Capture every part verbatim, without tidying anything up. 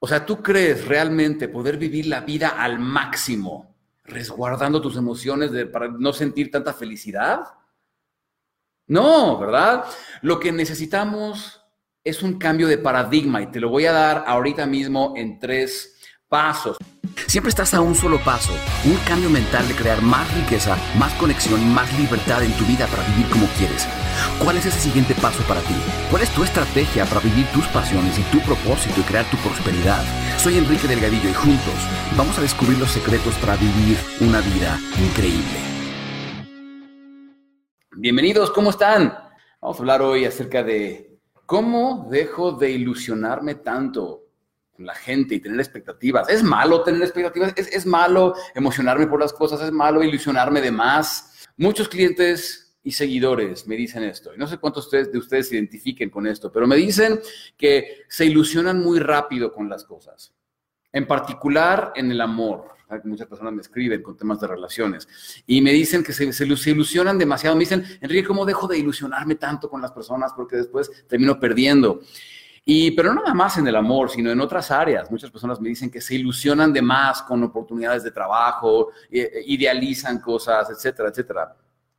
O sea, ¿tú crees realmente poder vivir la vida al máximo, resguardando tus emociones de, para no sentir tanta felicidad? No, ¿verdad? Lo que necesitamos es un cambio de paradigma y te lo voy a dar ahorita mismo en tres pasos. Siempre estás a un solo paso, un cambio mental de crear más riqueza, más conexión, más libertad en tu vida para vivir como quieres. ¿Cuál es ese siguiente paso para ti? ¿Cuál es tu estrategia para vivir tus pasiones y tu propósito y crear tu prosperidad? Soy Enrique Delgadillo y juntos vamos a descubrir los secretos para vivir una vida increíble. Bienvenidos, ¿cómo están? Vamos a hablar hoy acerca de cómo dejo de ilusionarme tanto con la gente y tener expectativas. ¿Es malo tener expectativas? ¿Es, es malo emocionarme por las cosas? ¿Es malo ilusionarme de más? Muchos clientes y seguidores me dicen esto. Y no sé cuántos de ustedes, de ustedes se identifiquen con esto, pero me dicen que se ilusionan muy rápido con las cosas. En particular en el amor. Muchas personas me escriben con temas de relaciones y me dicen que se, se, se ilusionan demasiado. Me dicen, Enrique, ¿cómo dejo de ilusionarme tanto con las personas? Porque después termino perdiendo. Y, pero no nada más en el amor, sino en otras áreas. Muchas personas me dicen que se ilusionan de más con oportunidades de trabajo, eh, idealizan cosas, etcétera, etcétera.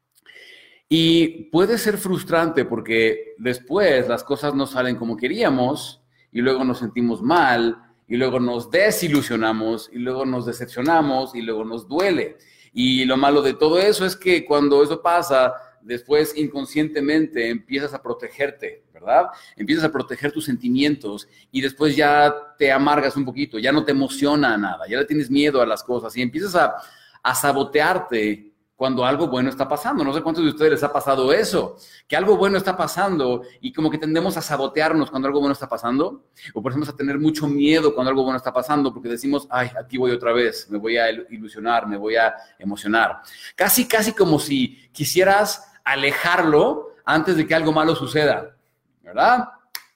Y puede ser frustrante porque después las cosas no salen como queríamos y luego nos sentimos mal y luego nos desilusionamos y luego nos decepcionamos y luego nos duele. Y lo malo de todo eso es que cuando eso pasa, después inconscientemente empiezas a protegerte, ¿verdad? Empiezas a proteger tus sentimientos y después ya te amargas un poquito, ya no te emociona nada, ya le tienes miedo a las cosas y empiezas a, a sabotearte cuando algo bueno está pasando. No sé cuántos de ustedes les ha pasado eso, que algo bueno está pasando y como que tendemos a sabotearnos cuando algo bueno está pasando, o por ejemplo a tener mucho miedo cuando algo bueno está pasando porque decimos, ay, aquí voy otra vez, me voy a ilusionar, me voy a emocionar. Casi, casi como si quisieras alejarlo antes de que algo malo suceda, ¿verdad?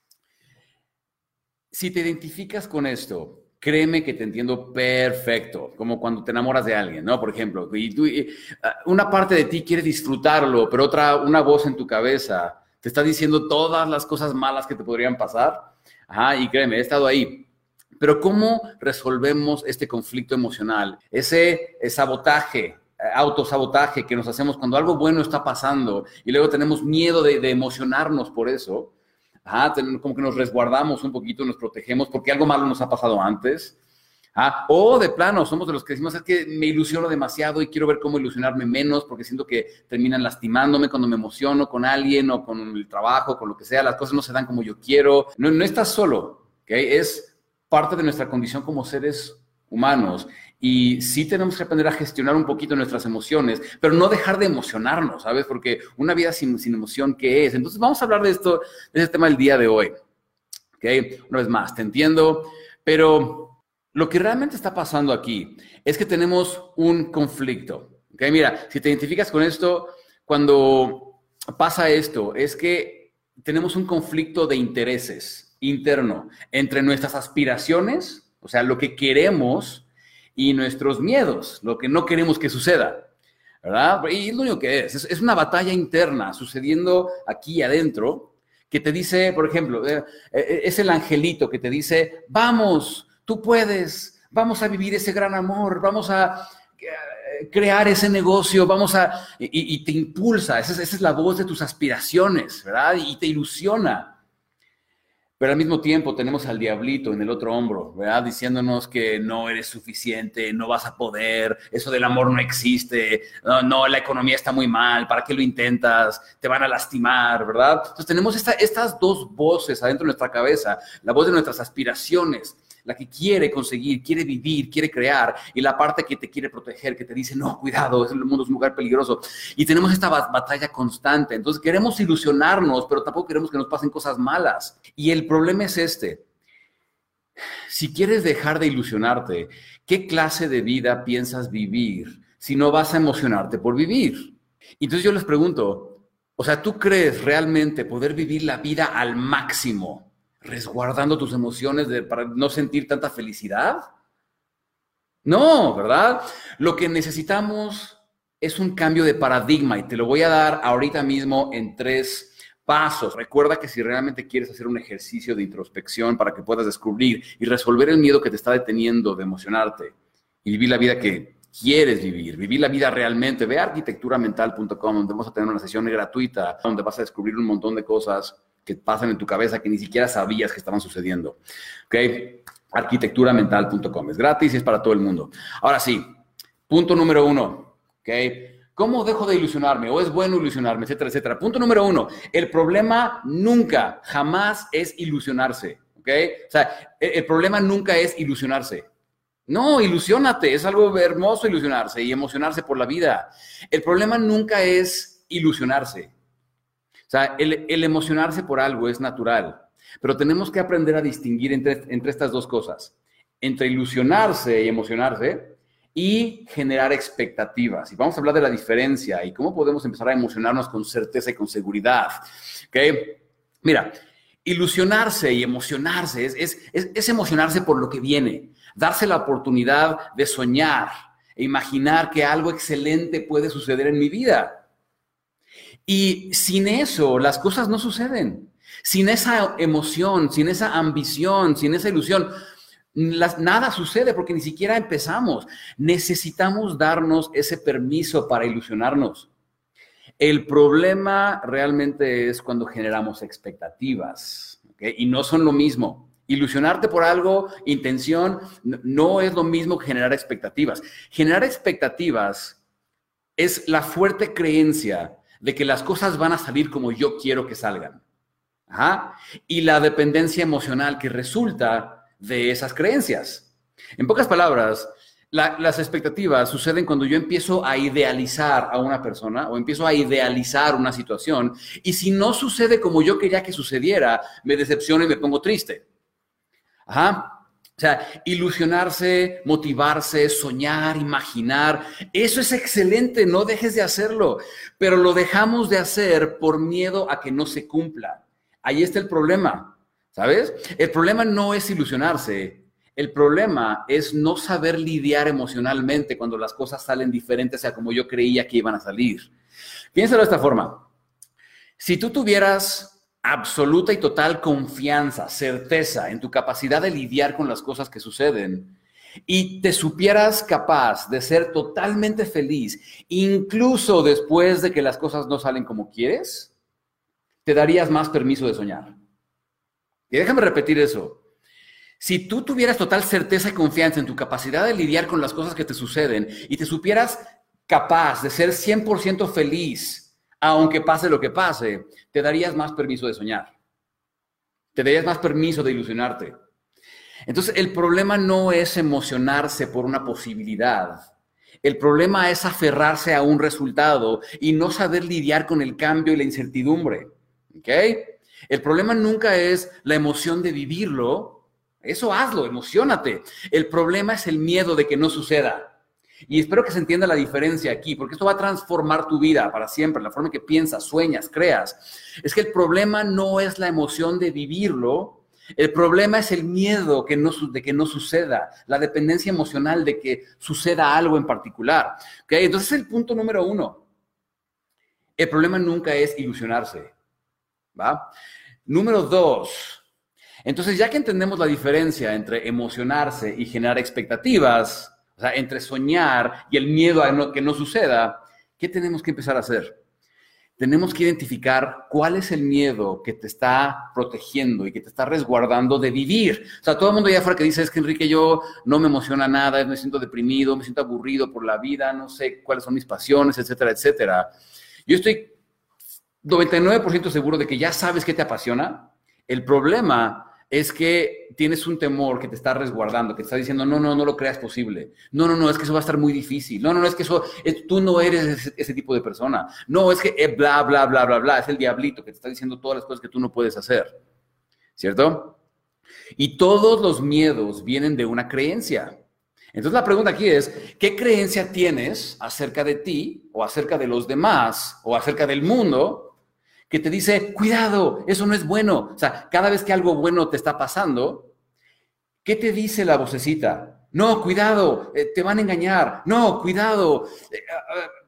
Si te identificas con esto, créeme que te entiendo perfecto, como cuando te enamoras de alguien, ¿no? Por ejemplo, y tú, y, uh, una parte de ti quiere disfrutarlo, pero otra, una voz en tu cabeza te está diciendo todas las cosas malas que te podrían pasar. Ajá, y créeme, he estado ahí. Pero ¿cómo resolvemos este conflicto emocional? Ese, ese sabotaje, autosabotaje que nos hacemos cuando algo bueno está pasando y luego tenemos miedo de, de emocionarnos por eso. Ajá, como que nos resguardamos un poquito, nos protegemos porque algo malo nos ha pasado antes. Ajá, o de plano, somos de los que decimos, es que me ilusiono demasiado y quiero ver cómo ilusionarme menos porque siento que terminan lastimándome cuando me emociono con alguien o con el trabajo, con lo que sea. Las cosas no se dan como yo quiero. No, no estás solo, ¿ok? Es parte de nuestra condición como seres humanos. Y sí tenemos que aprender a gestionar un poquito nuestras emociones, pero no dejar de emocionarnos, ¿sabes? Porque una vida sin, sin emoción, ¿qué es? Entonces vamos a hablar de esto, de este tema el día de hoy, ¿ok? Una vez más, te entiendo, pero lo que realmente está pasando aquí es que tenemos un conflicto, ¿ok? Mira, si te identificas con esto, cuando pasa esto, es que tenemos un conflicto de intereses interno entre nuestras aspiraciones, o sea, lo que queremos, y nuestros miedos, lo que no queremos que suceda, ¿verdad? Y es lo único que es, es, es una batalla interna sucediendo aquí adentro que te dice, por ejemplo, eh, eh, es el angelito que te dice, vamos, tú puedes, vamos a vivir ese gran amor, vamos a eh, crear ese negocio, vamos a... Y, y te impulsa, esa es, esa es la voz de tus aspiraciones, ¿verdad? Y te ilusiona. Pero al mismo tiempo tenemos al diablito en el otro hombro, ¿verdad? Diciéndonos que no eres suficiente, no vas a poder, eso del amor no existe, no, no, la economía está muy mal, ¿para qué lo intentas? Te van a lastimar, ¿verdad? Entonces tenemos esta, estas dos voces adentro de nuestra cabeza, la voz de nuestras aspiraciones, la que quiere conseguir, quiere vivir, quiere crear, y la parte que te quiere proteger, que te dice, no, cuidado, el mundo es un lugar peligroso. Y tenemos esta batalla constante. Entonces queremos ilusionarnos, pero tampoco queremos que nos pasen cosas malas. Y el problema es este. Si quieres dejar de ilusionarte, ¿qué clase de vida piensas vivir si no vas a emocionarte por vivir? Entonces yo les pregunto, o sea, ¿tú crees realmente poder vivir la vida al máximo, resguardando tus emociones de, para no sentir tanta felicidad? No, ¿verdad? Lo que necesitamos es un cambio de paradigma y te lo voy a dar ahorita mismo en tres Pasos. Recuerda que si realmente quieres hacer un ejercicio de introspección para que puedas descubrir y resolver el miedo que te está deteniendo de emocionarte y vivir la vida que quieres vivir, vivir la vida realmente, ve a arquitectura mental punto com, donde vamos a tener una sesión gratuita, donde vas a descubrir un montón de cosas que pasan en tu cabeza que ni siquiera sabías que estaban sucediendo. ¿Ok? arquitectura mental punto com. Es gratis y es para todo el mundo. Ahora sí, punto número uno. ¿Ok? ¿Cómo dejo de ilusionarme? ¿O es bueno ilusionarme? Etcétera, etcétera. Punto número uno. El problema nunca, jamás es ilusionarse. ¿Ok? O sea, el, el problema nunca es ilusionarse. No, ilusiónate. Es algo hermoso ilusionarse y emocionarse por la vida. El problema nunca es ilusionarse. O sea, el, el emocionarse por algo es natural. Pero tenemos que aprender a distinguir entre, entre estas dos cosas. Entre ilusionarse y emocionarse y generar expectativas. Y vamos a hablar de la diferencia y cómo podemos empezar a emocionarnos con certeza y con seguridad. ¿Ok? Mira, ilusionarse y emocionarse es, es, es, es emocionarse por lo que viene. Darse la oportunidad de soñar e imaginar que algo excelente puede suceder en mi vida. Y sin eso, las cosas no suceden. Sin esa emoción, sin esa ambición, sin esa ilusión, las, nada sucede porque ni siquiera empezamos. Necesitamos darnos ese permiso para ilusionarnos. El problema realmente es cuando generamos expectativas, ¿okay? Y no son lo mismo. Ilusionarte por algo, intención, no es lo mismo que generar expectativas. Generar expectativas es la fuerte creencia de que las cosas van a salir como yo quiero que salgan. Ajá. Y la dependencia emocional que resulta de esas creencias. En pocas palabras, la, las expectativas suceden cuando yo empiezo a idealizar a una persona o empiezo a idealizar una situación y si no sucede como yo quería que sucediera, me decepciono y me pongo triste. Ajá. O sea, ilusionarse, motivarse, soñar, imaginar, eso es excelente, no dejes de hacerlo, pero lo dejamos de hacer por miedo a que no se cumpla. Ahí está el problema, ¿sabes? El problema no es ilusionarse, el problema es no saber lidiar emocionalmente cuando las cosas salen diferentes a como yo creía que iban a salir. Piénsalo de esta forma. Si tú tuvieras absoluta y total confianza, certeza en tu capacidad de lidiar con las cosas que suceden y te supieras capaz de ser totalmente feliz, incluso después de que las cosas no salen como quieres, te darías más permiso de soñar. Y déjame repetir eso. Si tú tuvieras total certeza y confianza en tu capacidad de lidiar con las cosas que te suceden y te supieras capaz de ser cien por ciento feliz, aunque pase lo que pase, te darías más permiso de soñar. Te darías más permiso de ilusionarte. Entonces, el problema no es emocionarse por una posibilidad. El problema es aferrarse a un resultado y no saber lidiar con el cambio y la incertidumbre. ¿Ok? El problema nunca es la emoción de vivirlo. Eso hazlo, emociónate. El problema es el miedo de que no suceda. Y espero que se entienda la diferencia aquí, porque esto va a transformar tu vida para siempre, la forma en que piensas, sueñas, creas. Es que el problema no es la emoción de vivirlo, el problema es el miedo que no, de que no suceda, la dependencia emocional de que suceda algo en particular. ¿Okay? Entonces, el punto número uno. El problema nunca es ilusionarse. ¿Va? Número dos. Entonces, ya que entendemos la diferencia entre emocionarse y generar expectativas, o sea, entre soñar y el miedo a no, que no suceda, ¿qué tenemos que empezar a hacer? Tenemos que identificar cuál es el miedo que te está protegiendo y que te está resguardando de vivir. O sea, todo el mundo allá afuera que dice, es que Enrique, yo no me emociona nada, me siento deprimido, me siento aburrido por la vida, no sé cuáles son mis pasiones, etcétera, etcétera. Yo estoy noventa y nueve por ciento seguro de que ya sabes qué te apasiona. El problema es que tienes un temor que te está resguardando, que te está diciendo, no, no, no lo creas posible. No, no, no, es que eso va a estar muy difícil. No, no, no, es que eso, es, tú no eres ese, ese tipo de persona. No, es que eh, bla, bla, bla, bla, bla. Es el diablito que te está diciendo todas las cosas que tú no puedes hacer. ¿Cierto? Y todos los miedos vienen de una creencia. Entonces la pregunta aquí es, ¿qué creencia tienes acerca de ti o acerca de los demás o acerca del mundo que te dice, cuidado, eso no es bueno? O sea, cada vez que algo bueno te está pasando, ¿qué te dice la vocecita? No, cuidado, eh, te van a engañar. No, cuidado, eh, uh,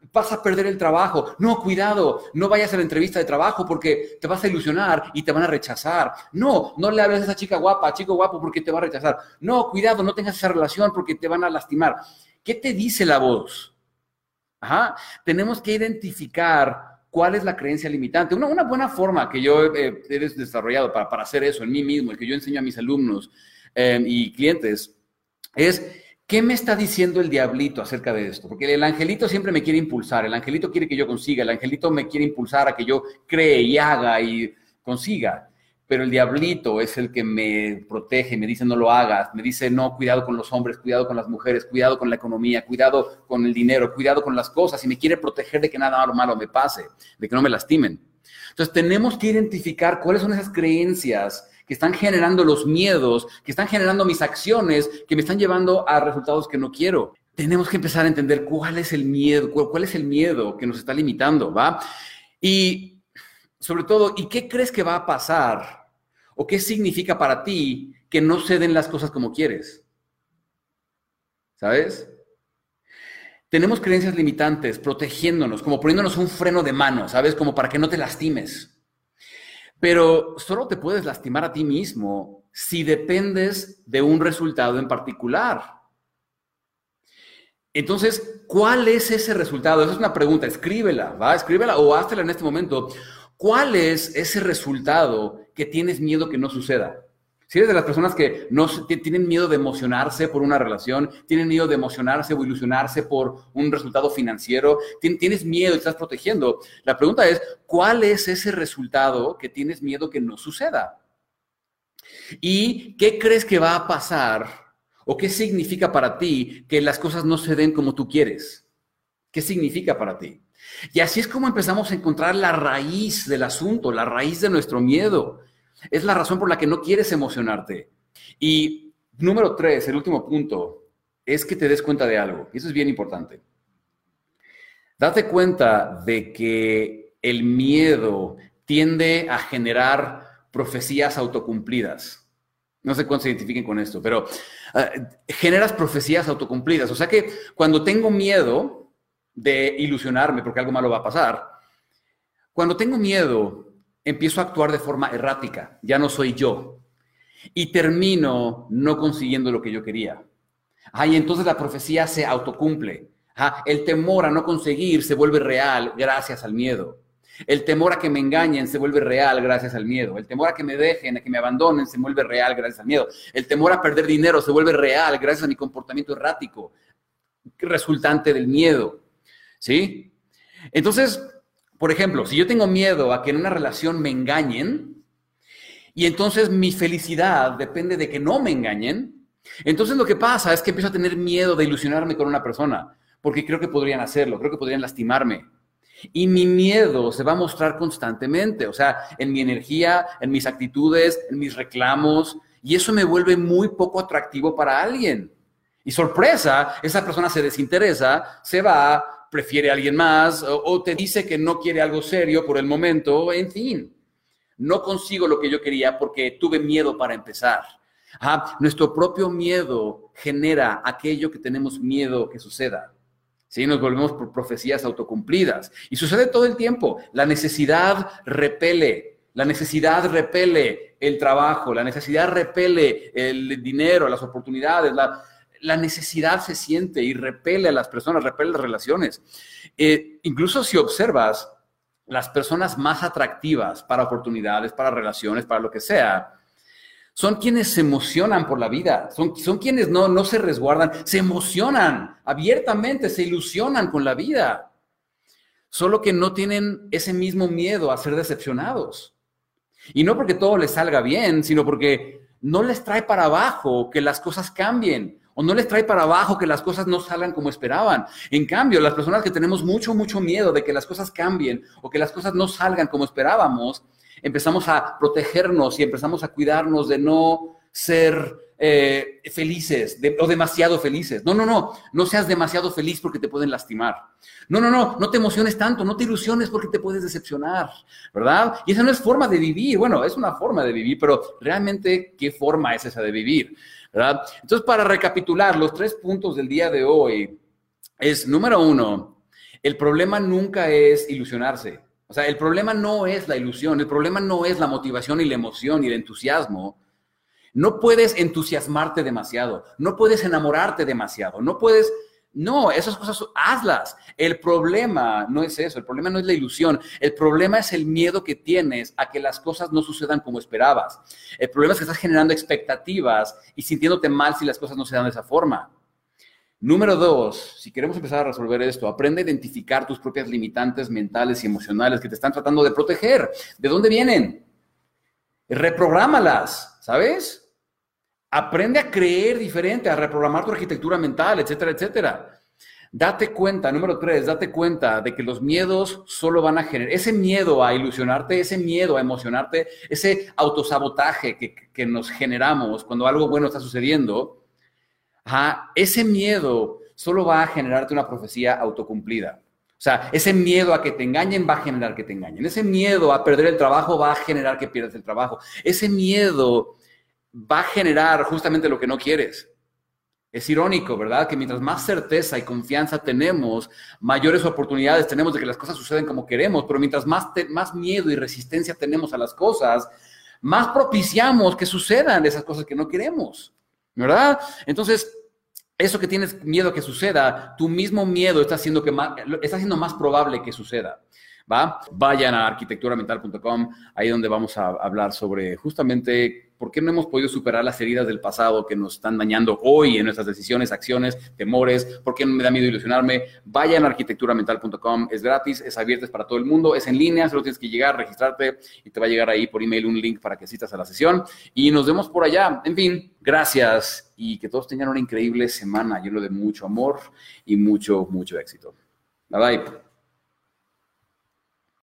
vas a perder el trabajo. No, cuidado, no vayas a la entrevista de trabajo porque te vas a ilusionar y te van a rechazar. No, no le hables a esa chica guapa, chico guapo, porque te va a rechazar. No, cuidado, no tengas esa relación porque te van a lastimar. ¿Qué te dice la voz? Ajá. Tenemos que identificar cuál es la creencia limitante. Una, una buena forma que yo eh, he desarrollado para, para hacer eso en mí mismo, el que yo enseño a mis alumnos eh, y clientes, es... ¿qué me está diciendo el diablito acerca de esto? Porque el angelito siempre me quiere impulsar, el angelito quiere que yo consiga, el angelito me quiere impulsar a que yo cree y haga y consiga. Pero el diablito es el que me protege, me dice no lo hagas, me dice no, cuidado con los hombres, cuidado con las mujeres, cuidado con la economía, cuidado con el dinero, cuidado con las cosas y me quiere proteger de que nada malo me pase, de que no me lastimen. Entonces tenemos que identificar cuáles son esas creencias que están generando los miedos, que están generando mis acciones, que me están llevando a resultados que no quiero. Tenemos que empezar a entender cuál es el miedo, cuál, cuál es el miedo que nos está limitando, ¿va? Y sobre todo, ¿y qué crees que va a pasar? ¿O qué significa para ti que no se den las cosas como quieres? ¿Sabes? Tenemos creencias limitantes protegiéndonos, como poniéndonos un freno de mano, ¿sabes? Como para que no te lastimes. Pero solo te puedes lastimar a ti mismo si dependes de un resultado en particular. Entonces, ¿cuál es ese resultado? Esa es una pregunta, escríbela, ¿va? Escríbela o háztela en este momento. ¿Cuál es ese resultado que tienes miedo que no suceda? Si eres de las personas que no tienen miedo de emocionarse por una relación, tienen miedo de emocionarse o ilusionarse por un resultado financiero, tienes miedo y estás protegiendo. La pregunta es, ¿cuál es ese resultado que tienes miedo que no suceda? ¿Y qué crees que va a pasar o qué significa para ti que las cosas no se den como tú quieres? ¿Qué significa para ti? Y así es como empezamos a encontrar la raíz del asunto, la raíz de nuestro miedo. Es la razón por la que no quieres emocionarte. Y número tres, el último punto, es que te des cuenta de algo. Y eso es bien importante. Date cuenta de que el miedo tiende a generar profecías autocumplidas. No sé cuántos se identifiquen con esto, pero uh, generas profecías autocumplidas. O sea que cuando tengo miedo de ilusionarme porque algo malo va a pasar, cuando tengo miedo, empiezo a actuar de forma errática, ya no soy yo, y termino no consiguiendo lo que yo quería. Ah, y entonces la profecía se autocumple. Ah, el temor a no conseguir se vuelve real gracias al miedo. El temor a que me engañen se vuelve real gracias al miedo. El temor a que me dejen, a que me abandonen, se vuelve real gracias al miedo. El temor a perder dinero se vuelve real gracias a mi comportamiento errático, resultante del miedo. ¿Sí? Entonces, por ejemplo, si yo tengo miedo a que en una relación me engañen, y entonces mi felicidad depende de que no me engañen, entonces lo que pasa es que empiezo a tener miedo de ilusionarme con una persona, porque creo que podrían hacerlo, creo que podrían lastimarme. Y mi miedo se va a mostrar constantemente, o sea, en mi energía, en mis actitudes, en mis reclamos, y eso me vuelve muy poco atractivo para alguien. Y sorpresa, esa persona se desinteresa, se va, prefiere a alguien más, o, o te dice que no quiere algo serio por el momento, en fin. No consigo lo que yo quería porque tuve miedo para empezar. Ajá, nuestro propio miedo genera aquello que tenemos miedo que suceda. ¿Sí? Nos volvemos por profecías autocumplidas. Y sucede todo el tiempo. La necesidad repele. La necesidad repele el trabajo. La necesidad repele el dinero, las oportunidades. La, la necesidad se siente y repele a las personas, repele las relaciones. Eh, incluso si observas, las personas más atractivas para oportunidades, para relaciones, para lo que sea, son quienes se emocionan por la vida, son, son quienes no, no se resguardan, se emocionan abiertamente, se ilusionan con la vida. Solo que no tienen ese mismo miedo a ser decepcionados. Y no porque todo les salga bien, sino porque no les trae para abajo que las cosas cambien. O no les trae para abajo que las cosas no salgan como esperaban. En cambio, las personas que tenemos mucho, mucho miedo de que las cosas cambien o que las cosas no salgan como esperábamos, empezamos a protegernos y empezamos a cuidarnos de no ser eh, felices de, o demasiado felices. No, no, no, no seas demasiado feliz porque te pueden lastimar. No, no, no, no te emociones tanto, no te ilusiones porque te puedes decepcionar, ¿verdad? Y esa no es forma de vivir. Bueno, es una forma de vivir, pero realmente, ¿qué forma es esa de vivir? ¿Verdad? Entonces, para recapitular, los tres puntos del día de hoy es, número uno, El problema nunca es ilusionarse. O sea, el problema no es la ilusión, el problema no es la motivación y la emoción y el entusiasmo. No puedes entusiasmarte demasiado, no puedes enamorarte demasiado, no puedes... No, esas cosas hazlas. El problema no es eso, el problema no es la ilusión, el problema es el miedo que tienes a que las cosas no sucedan como esperabas. El problema es que estás generando expectativas y sintiéndote mal si las cosas no se dan de esa forma. Número dos, si queremos empezar a resolver esto, aprende a identificar tus propias limitantes mentales y emocionales que te están tratando de proteger. ¿De dónde vienen? Reprográmalas, ¿sabes? Aprende a creer diferente, a reprogramar tu arquitectura mental, etcétera, etcétera. Date cuenta, número tres, date cuenta de que los miedos solo van a generar, ese miedo a ilusionarte, ese miedo a emocionarte, ese autosabotaje que, que nos generamos cuando algo bueno está sucediendo, ajá, ese miedo solo va a generarte una profecía autocumplida. O sea, ese miedo a que te engañen va a generar que te engañen. Ese miedo a perder el trabajo va a generar que pierdas el trabajo. Ese miedo va a generar justamente lo que no quieres. Es irónico, ¿verdad? Que mientras más certeza y confianza tenemos, mayores oportunidades tenemos de que las cosas sucedan como queremos, pero mientras más, te, más miedo y resistencia tenemos a las cosas, más propiciamos que sucedan esas cosas que no queremos, ¿verdad? Entonces, eso que tienes miedo que suceda, tu mismo miedo está haciendo, que más, está haciendo más probable que suceda. ¿Va? Vayan a arquitectura mental punto com, ahí donde vamos a hablar sobre justamente por qué no hemos podido superar las heridas del pasado que nos están dañando hoy en nuestras decisiones, acciones, temores, por qué no me da miedo ilusionarme. Vayan a arquitectura mental punto com, es gratis, es abierto, es para todo el mundo, es en línea, solo tienes que llegar, registrarte y te va a llegar ahí por email un link para que asistas a la sesión y nos vemos por allá. En fin, gracias y que todos tengan una increíble semana lleno de mucho amor y mucho, mucho éxito. Bye bye.